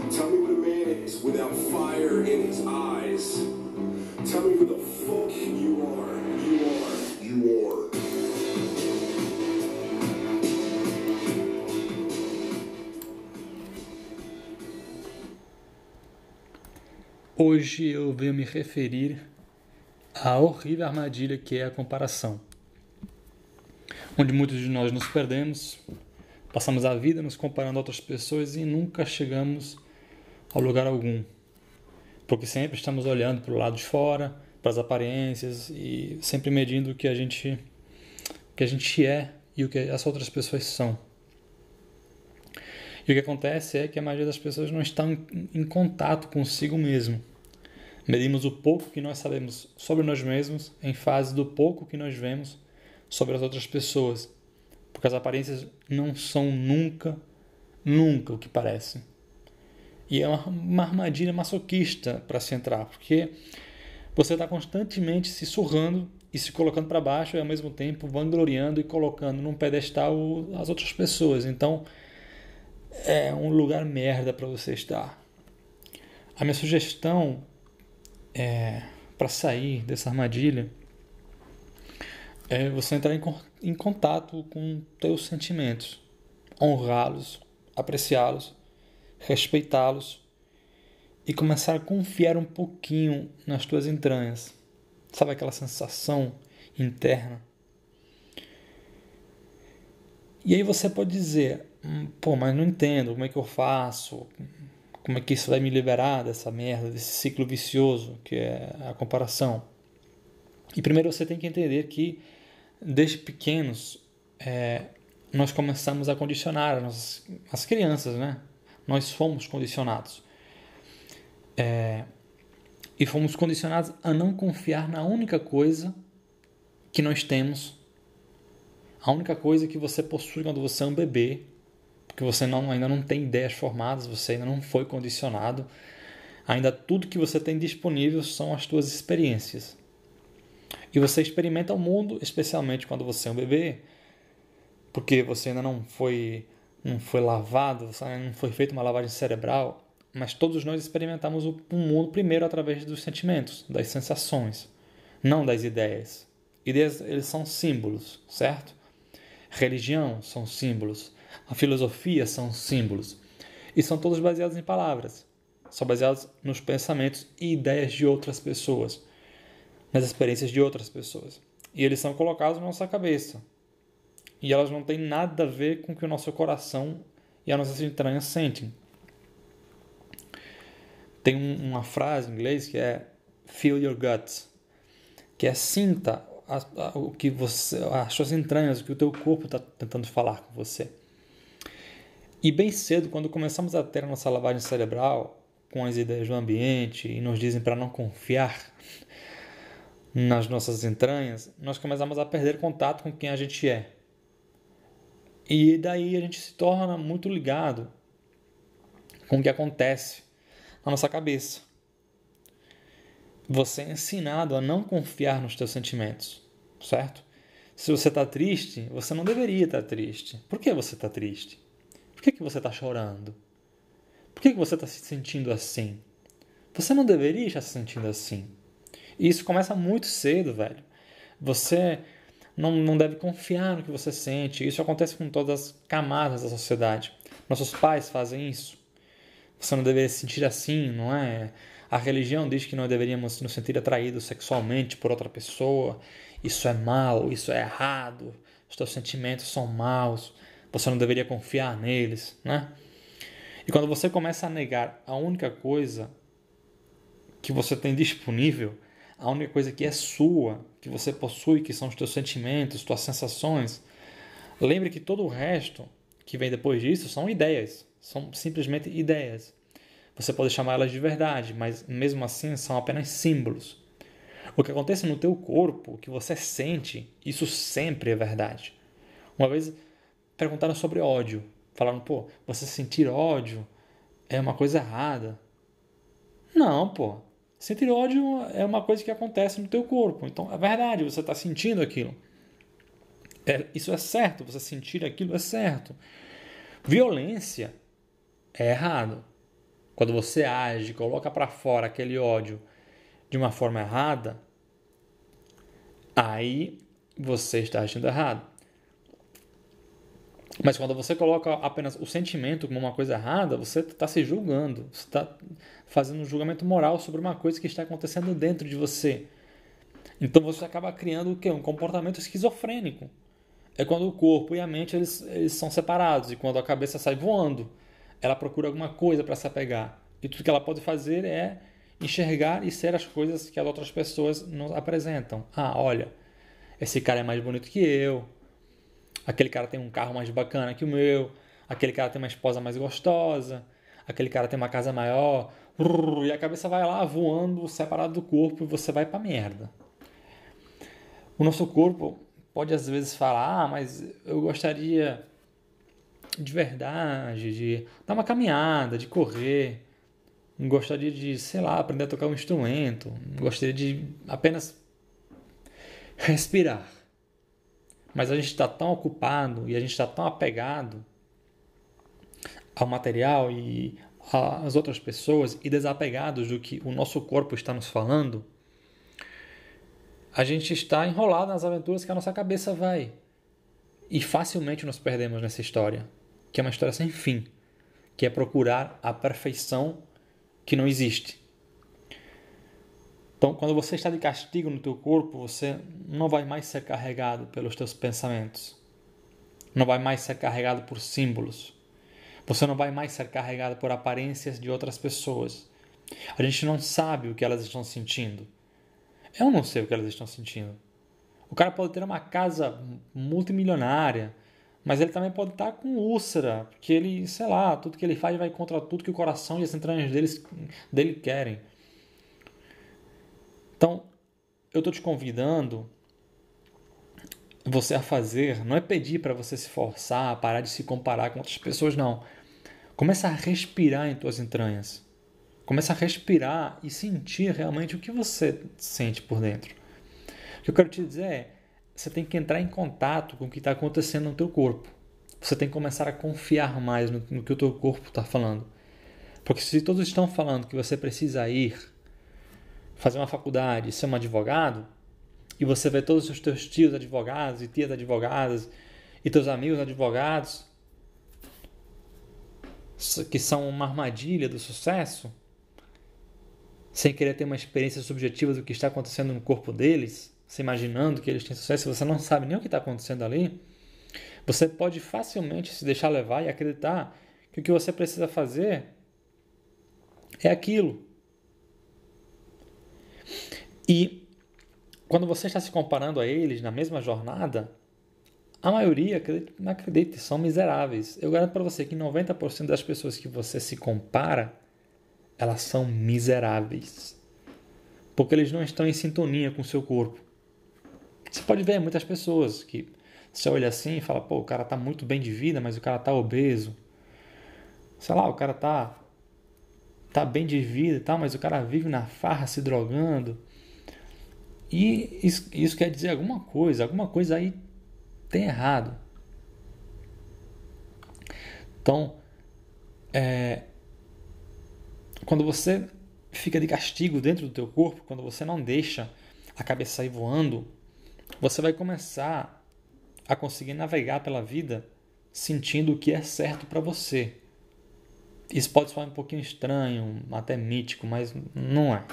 Tell me what a man is without fire in his eyes. Tell me who the fuck you are. You are. Hoje eu venho me referir à horrível armadilha que é a comparação, onde muitos de nós nos perdemos, passamos a vida nos comparando a outras pessoas e nunca chegamos a lugar algum, porque sempre estamos olhando para o lado de fora, para as aparências e sempre medindo o que a gente é e o que as outras pessoas são. E o que acontece é que a maioria das pessoas não estão em contato consigo mesmo. Medimos o pouco que nós sabemos sobre nós mesmos em face do pouco que nós vemos sobre as outras pessoas. Porque as aparências não são nunca o que parecem. E é uma armadilha masoquista para se entrar, porque você está constantemente se surrando e se colocando para baixo e ao mesmo tempo vangloriando e colocando num pedestal as outras pessoas. Então, é um lugar merda para você estar. A minha sugestão para sair dessa armadilha é você entrar em contato com teus sentimentos, honrá-los, apreciá-los, respeitá-los e começar a confiar um pouquinho nas tuas entranhas. Sabe aquela sensação interna? E aí você pode dizer, mas não entendo, como é que eu faço? Como é que isso vai me liberar dessa merda, desse ciclo vicioso que é a comparação? E primeiro você tem que entender que desde pequenos nós começamos a condicionar as crianças, né? Nós fomos condicionados. E fomos condicionados a não confiar na única coisa que nós temos, a única coisa que você possui quando você é um bebê, porque você ainda não tem ideias formadas, você ainda não foi condicionado, ainda tudo que você tem disponível são as suas experiências. E você experimenta o mundo, especialmente quando você é um bebê, porque você ainda não foi lavado, você ainda não foi feita uma lavagem cerebral, mas todos nós experimentamos o mundo primeiro através dos sentimentos, das sensações, não das ideias. Ideias, eles são símbolos, certo? Religião são símbolos. A filosofia são símbolos. E são todos baseados em palavras. São baseados nos pensamentos e ideias de outras pessoas, nas experiências de outras pessoas. E eles são colocados na nossa cabeça. E elas não têm nada a ver com o que o nosso coração e as nossas entranhas sentem. Tem uma frase em inglês que é feel your guts, que é sinta o que as suas entranhas, o que o teu corpo está tentando falar com você. E bem cedo, quando começamos a ter a nossa lavagem cerebral com as ideias do ambiente e nos dizem para não confiar nas nossas entranhas, nós começamos a perder contato com quem a gente é. E daí a gente se torna muito ligado com o que acontece na nossa cabeça. Você é ensinado a não confiar nos teus sentimentos, certo? Se você está triste, você não deveria estar triste. Por que você está triste? Por que você está chorando? Por que você está se sentindo assim? Você não deveria estar se sentindo assim. E isso começa muito cedo, velho. Você não deve confiar no que você sente. Isso acontece com todas as camadas da sociedade. Nossos pais fazem isso. Você não deveria se sentir assim, não é? A religião diz que nós deveríamos nos sentir atraídos sexualmente por outra pessoa. Isso é mal, isso é errado. Os teus sentimentos são maus. Você não deveria confiar neles, né? E quando você começa a negar a única coisa que você tem disponível, a única coisa que é sua, que você possui, que são os teus sentimentos, tuas sensações, lembre que todo o resto que vem depois disso são ideias. São simplesmente ideias. Você pode chamá-las de verdade, mas mesmo assim são apenas símbolos. O que acontece no teu corpo, o que você sente, isso sempre é verdade. Uma vez perguntaram sobre ódio. Falaram, você sentir ódio é uma coisa errada. Não, sentir ódio é uma coisa que acontece no teu corpo. Então, é verdade, você está sentindo aquilo. Isso é certo, você sentir aquilo é certo. Violência é errado. quando você age, coloca para fora aquele ódio de uma forma errada, aí você está agindo errado. Mas quando você coloca apenas o sentimento como uma coisa errada, você está se julgando. Você está fazendo um julgamento moral sobre uma coisa que está acontecendo dentro de você. Então você acaba criando o quê? Um comportamento esquizofrênico. É quando o corpo e a mente eles são separados. E quando a cabeça sai voando, ela procura alguma coisa para se apegar. E tudo que ela pode fazer é enxergar e ser as coisas que as outras pessoas nos apresentam. Ah, olha, esse cara é mais bonito que eu. Aquele cara tem um carro mais bacana que o meu. Aquele cara tem uma esposa mais gostosa. Aquele cara tem uma casa maior. E a cabeça vai lá voando separado do corpo e você vai pra merda. O nosso corpo pode às vezes falar, mas eu gostaria de verdade de dar uma caminhada, de correr. Gostaria de, sei lá, aprender a tocar um instrumento. Gostaria de apenas respirar. Mas a gente está tão ocupado e a gente está tão apegado ao material e às outras pessoas e desapegados do que o nosso corpo está nos falando, a gente está enrolado nas aventuras que a nossa cabeça vai. E facilmente nos perdemos nessa história, que é uma história sem fim, que é procurar a perfeição que não existe. Então, quando você está de castigo no teu corpo, você não vai mais ser carregado pelos teus pensamentos. Não vai mais ser carregado por símbolos. Você não vai mais ser carregado por aparências de outras pessoas. A gente não sabe o que elas estão sentindo. Eu não sei o que elas estão sentindo. O cara pode ter uma casa multimilionária, mas ele também pode estar com úlcera, porque ele, sei lá, tudo que ele faz vai contra tudo que o coração e as entranhas dele querem. Então, eu estou te convidando você a fazer, não é pedir para você se forçar, parar de se comparar com outras pessoas, não. Começa a respirar em tuas entranhas. Começa a respirar e sentir realmente o que você sente por dentro. O que eu quero te dizer é, você tem que entrar em contato com o que está acontecendo no teu corpo. Você tem que começar a confiar mais no que o teu corpo está falando. Porque se todos estão falando que você precisa ir fazer uma faculdade, ser um advogado, e você vê todos os teus tios advogados e tias advogadas e teus amigos advogados que são uma armadilha do sucesso, sem querer ter uma experiência subjetiva do que está acontecendo no corpo deles, se imaginando que eles têm sucesso, você não sabe nem o que está acontecendo ali, você pode facilmente se deixar levar e acreditar que o que você precisa fazer é aquilo. E quando você está se comparando a eles na mesma jornada, a maioria, não acredite, são miseráveis. Eu garanto para você que 90% das pessoas que você se compara, elas são miseráveis. Porque eles não estão em sintonia com o seu corpo. Você pode ver muitas pessoas que você olha assim e fala, pô, o cara tá muito bem de vida, mas o cara tá obeso. Sei lá, o cara tá bem de vida e tal, mas o cara vive na farra se drogando. E isso quer dizer alguma coisa aí tem errado. Então, quando você fica de castigo dentro do teu corpo, quando você não deixa a cabeça sair voando, você vai começar a conseguir navegar pela vida sentindo o que é certo para você. Isso pode soar um pouquinho estranho, até mítico, mas não é.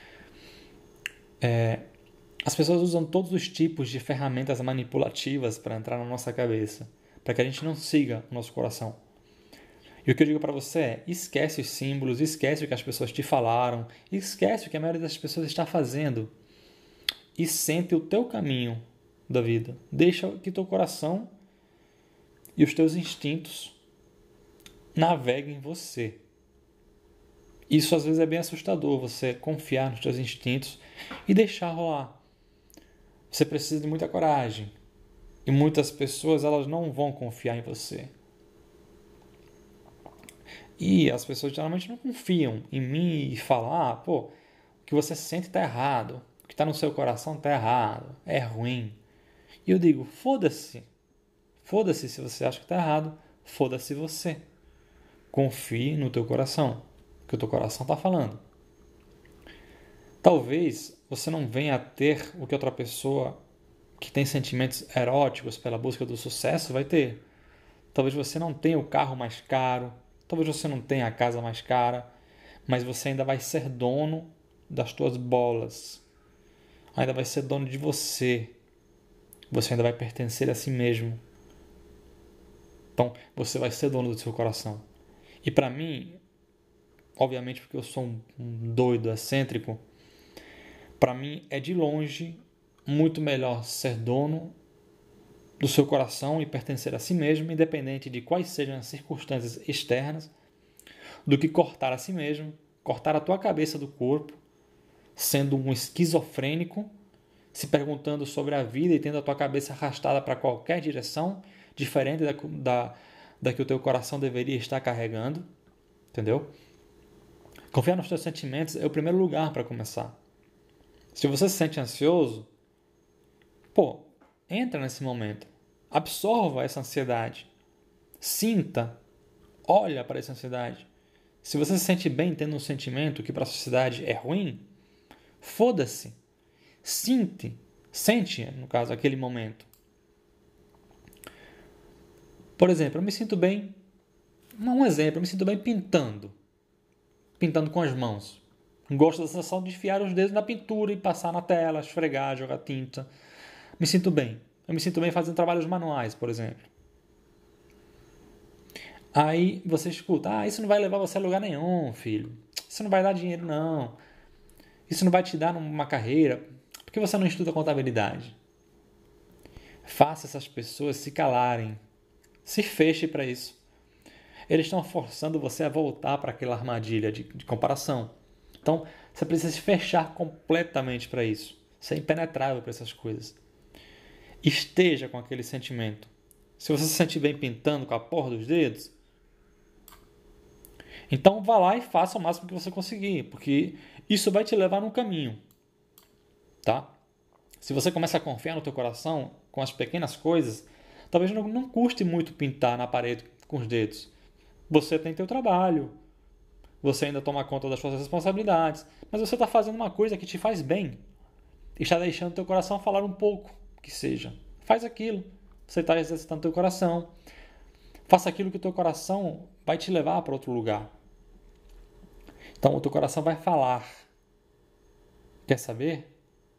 As pessoas usam todos os tipos de ferramentas manipulativas para entrar na nossa cabeça, para que a gente não siga o nosso coração. E o que eu digo para você é, esquece os símbolos, esquece o que as pessoas te falaram, esquece o que a maioria das pessoas está fazendo e sente o teu caminho da vida. Deixa que teu coração e os teus instintos naveguem em você. Isso às vezes é bem assustador, você confiar nos teus instintos e deixar rolar. Você precisa de muita coragem. E muitas pessoas elas não vão confiar em você. E as pessoas geralmente não confiam em mim e falam, pô, o que você sente está errado. O que está no seu coração está errado. É ruim. E eu digo, foda-se. Foda-se se você acha que está errado. Foda-se você. Confie no teu coração. que o teu coração está falando. Talvez você não venha a ter o que outra pessoa que tem sentimentos eróticos pela busca do sucesso vai ter. Talvez você não tenha o carro mais caro, talvez você não tenha a casa mais cara, mas você ainda vai ser dono das tuas bolas. Ainda vai ser dono de você. Você ainda vai pertencer a si mesmo. Então, você vai ser dono do seu coração. E para mim, obviamente porque eu sou um doido excêntrico, para mim é de longe muito melhor ser dono do seu coração e pertencer a si mesmo, independente de quais sejam as circunstâncias externas, do que cortar a si mesmo, cortar a tua cabeça do corpo, sendo um esquizofrênico, se perguntando sobre a vida e tendo a tua cabeça arrastada para qualquer direção, diferente da que o teu coração deveria estar carregando, entendeu? Confiar nos teus sentimentos é o primeiro lugar para começar. Se você se sente ansioso, entra nesse momento. Absorva essa ansiedade. Sinta. Olha para essa ansiedade. Se você se sente bem tendo um sentimento que para a sociedade é ruim, foda-se. Sente, no caso, aquele momento. Por exemplo, eu me sinto bem. Um exemplo, eu me sinto bem pintando. Pintando com as mãos. Gosto da sensação de enfiar os dedos na pintura e passar na tela, esfregar, jogar tinta. Me sinto bem. Eu me sinto bem fazendo trabalhos manuais, por exemplo. Aí você escuta, isso não vai levar você a lugar nenhum, filho. Isso não vai dar dinheiro, não. Isso não vai te dar uma carreira. Por que você não estuda contabilidade? Faça essas pessoas se calarem. Se feche para isso. Eles estão forçando você a voltar para aquela armadilha de comparação. Então, você precisa se fechar completamente para isso. Ser impenetrável para essas coisas. Esteja com aquele sentimento. Se você se sente bem pintando com a porra dos dedos, então vá lá e faça o máximo que você conseguir, porque isso vai te levar num caminho. Tá? Se você começa a confiar no teu coração com as pequenas coisas, talvez não custe muito pintar na parede com os dedos. Você tem teu trabalho, você ainda toma conta das suas responsabilidades, mas você está fazendo uma coisa que te faz bem. E está deixando teu coração falar um pouco, que seja. Faz aquilo. Você está exercitando teu coração. Faça aquilo que o teu coração vai te levar para outro lugar. Então, o teu coração vai falar. Quer saber?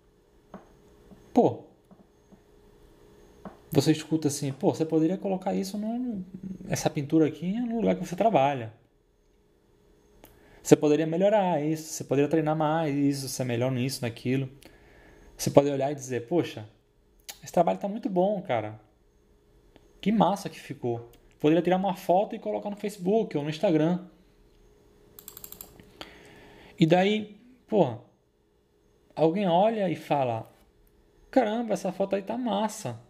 Você escuta assim, você poderia colocar isso essa pintura aqui no lugar que você trabalha. Você poderia melhorar isso, você poderia treinar mais isso, ser melhor nisso, naquilo. Você pode olhar e dizer, poxa, esse trabalho está muito bom, cara. Que massa que ficou. Poderia tirar uma foto e colocar no Facebook ou no Instagram. E daí, alguém olha e fala, caramba, essa foto aí tá massa.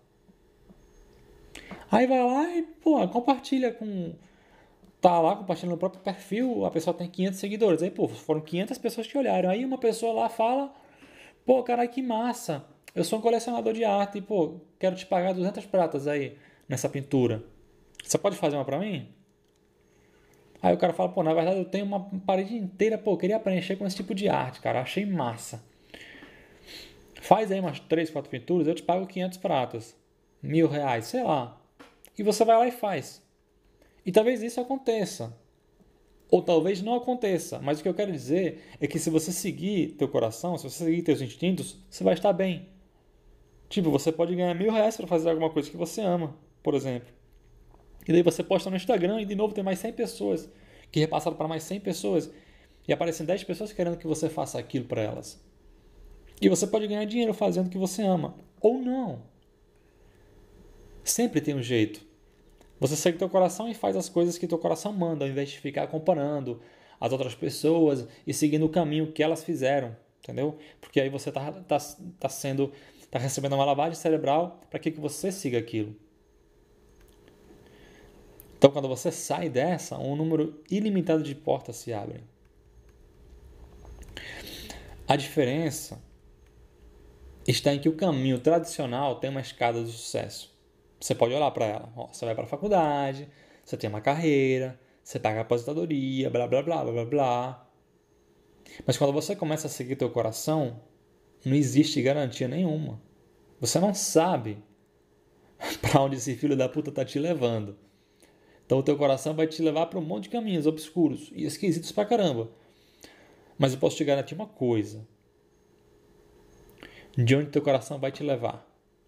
Aí vai lá e, compartilha com... Tá lá compartilhando no próprio perfil, a pessoa tem 500 seguidores. Aí, foram 500 pessoas que olharam. Aí uma pessoa lá fala, cara, que massa. Eu sou um colecionador de arte e, quero te pagar 200 pratas aí nessa pintura. Você pode fazer uma pra mim? Aí o cara fala, na verdade eu tenho uma parede inteira, queria preencher com esse tipo de arte, cara. Achei massa. Faz aí umas 3, 4 pinturas, eu te pago 500 pratas. R$1.000, sei lá. E você vai lá e faz. E talvez isso aconteça. Ou talvez não aconteça. Mas o que eu quero dizer é que se você seguir teu coração, se você seguir teus instintos, você vai estar bem. Tipo, você pode ganhar R$1.000 para fazer alguma coisa que você ama, por exemplo. E daí você posta no Instagram e de novo tem mais 100 pessoas. Que repassaram para mais 100 pessoas. E aparecem 10 pessoas querendo que você faça aquilo para elas. E você pode ganhar dinheiro fazendo o que você ama. Ou não. Sempre tem um jeito. Você segue teu coração e faz as coisas que teu coração manda, ao invés de ficar comparando as outras pessoas e seguindo o caminho que elas fizeram, entendeu? Porque aí você tá recebendo uma lavagem cerebral para que você siga aquilo. Então, quando você sai dessa, um número ilimitado de portas se abrem. A diferença está em que o caminho tradicional tem uma escada do sucesso. Você pode olhar para ela. Você vai para a faculdade, você tem uma carreira, você paga a aposentadoria, blá, blá, blá, blá, blá, blá. Mas quando você começa a seguir teu coração, não existe garantia nenhuma. Você não sabe para onde esse filho da puta tá te levando. Então o teu coração vai te levar para um monte de caminhos obscuros e esquisitos pra caramba. Mas eu posso te garantir uma coisa. De onde teu coração vai te levar?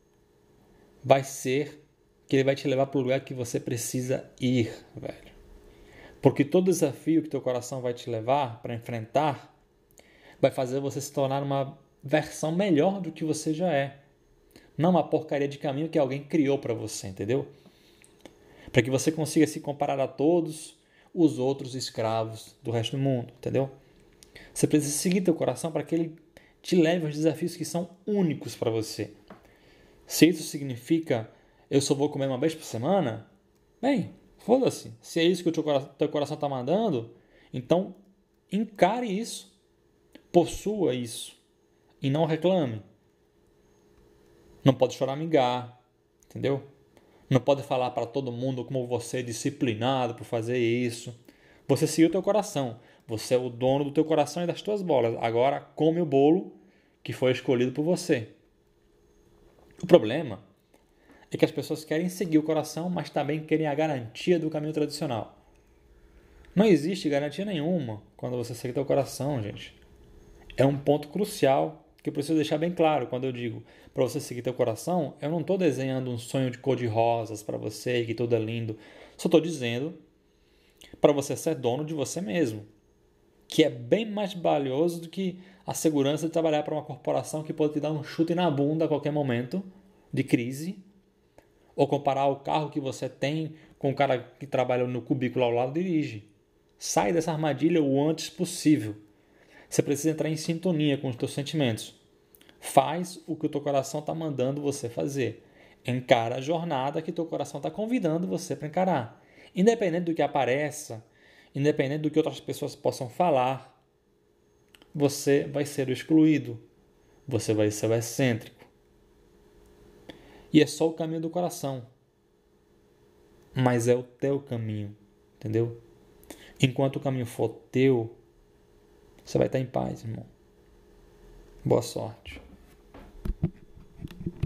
Vai ser que ele vai te levar para o lugar que você precisa ir, velho. Porque todo desafio que teu coração vai te levar para enfrentar vai fazer você se tornar uma versão melhor do que você já é. Não uma porcaria de caminho que alguém criou para você, entendeu? Para que você consiga se comparar a todos os outros escravos do resto do mundo, entendeu? Você precisa seguir teu coração para que ele te leve aos desafios que são únicos para você. Se isso significa eu só vou comer uma vez por semana, bem, foda-se. Se é isso que o teu coração está mandando, então encare isso, possua isso e não reclame. Não pode choramingar, entendeu? Não pode falar para todo mundo como você é disciplinado por fazer isso. Você seguiu o teu coração. Você é o dono do teu coração e das tuas bolas. Agora come o bolo que foi escolhido por você. O problema é que as pessoas querem seguir o coração, mas também querem a garantia do caminho tradicional. Não existe garantia nenhuma quando você segue teu coração, gente. É um ponto crucial que eu preciso deixar bem claro quando eu digo para você seguir teu coração. Eu não estou desenhando um sonho de cor de rosas para você, que tudo é lindo. Só estou dizendo para você ser dono de você mesmo, que é bem mais valioso do que a segurança de trabalhar para uma corporação que pode te dar um chute na bunda a qualquer momento de crise, ou comparar o carro que você tem com o cara que trabalha no cubículo ao lado e dirige. Sai dessa armadilha o antes possível. Você precisa entrar em sintonia com os teus sentimentos. Faz o que o teu coração está mandando você fazer. Encara a jornada que o teu coração está convidando você para encarar. Independente do que apareça, independente do que outras pessoas possam falar, você vai ser o excluído. Você vai ser o excêntrico. E é só o caminho do coração. Mas é o teu caminho, entendeu? Enquanto o caminho for teu, você vai estar em paz, irmão. Boa sorte.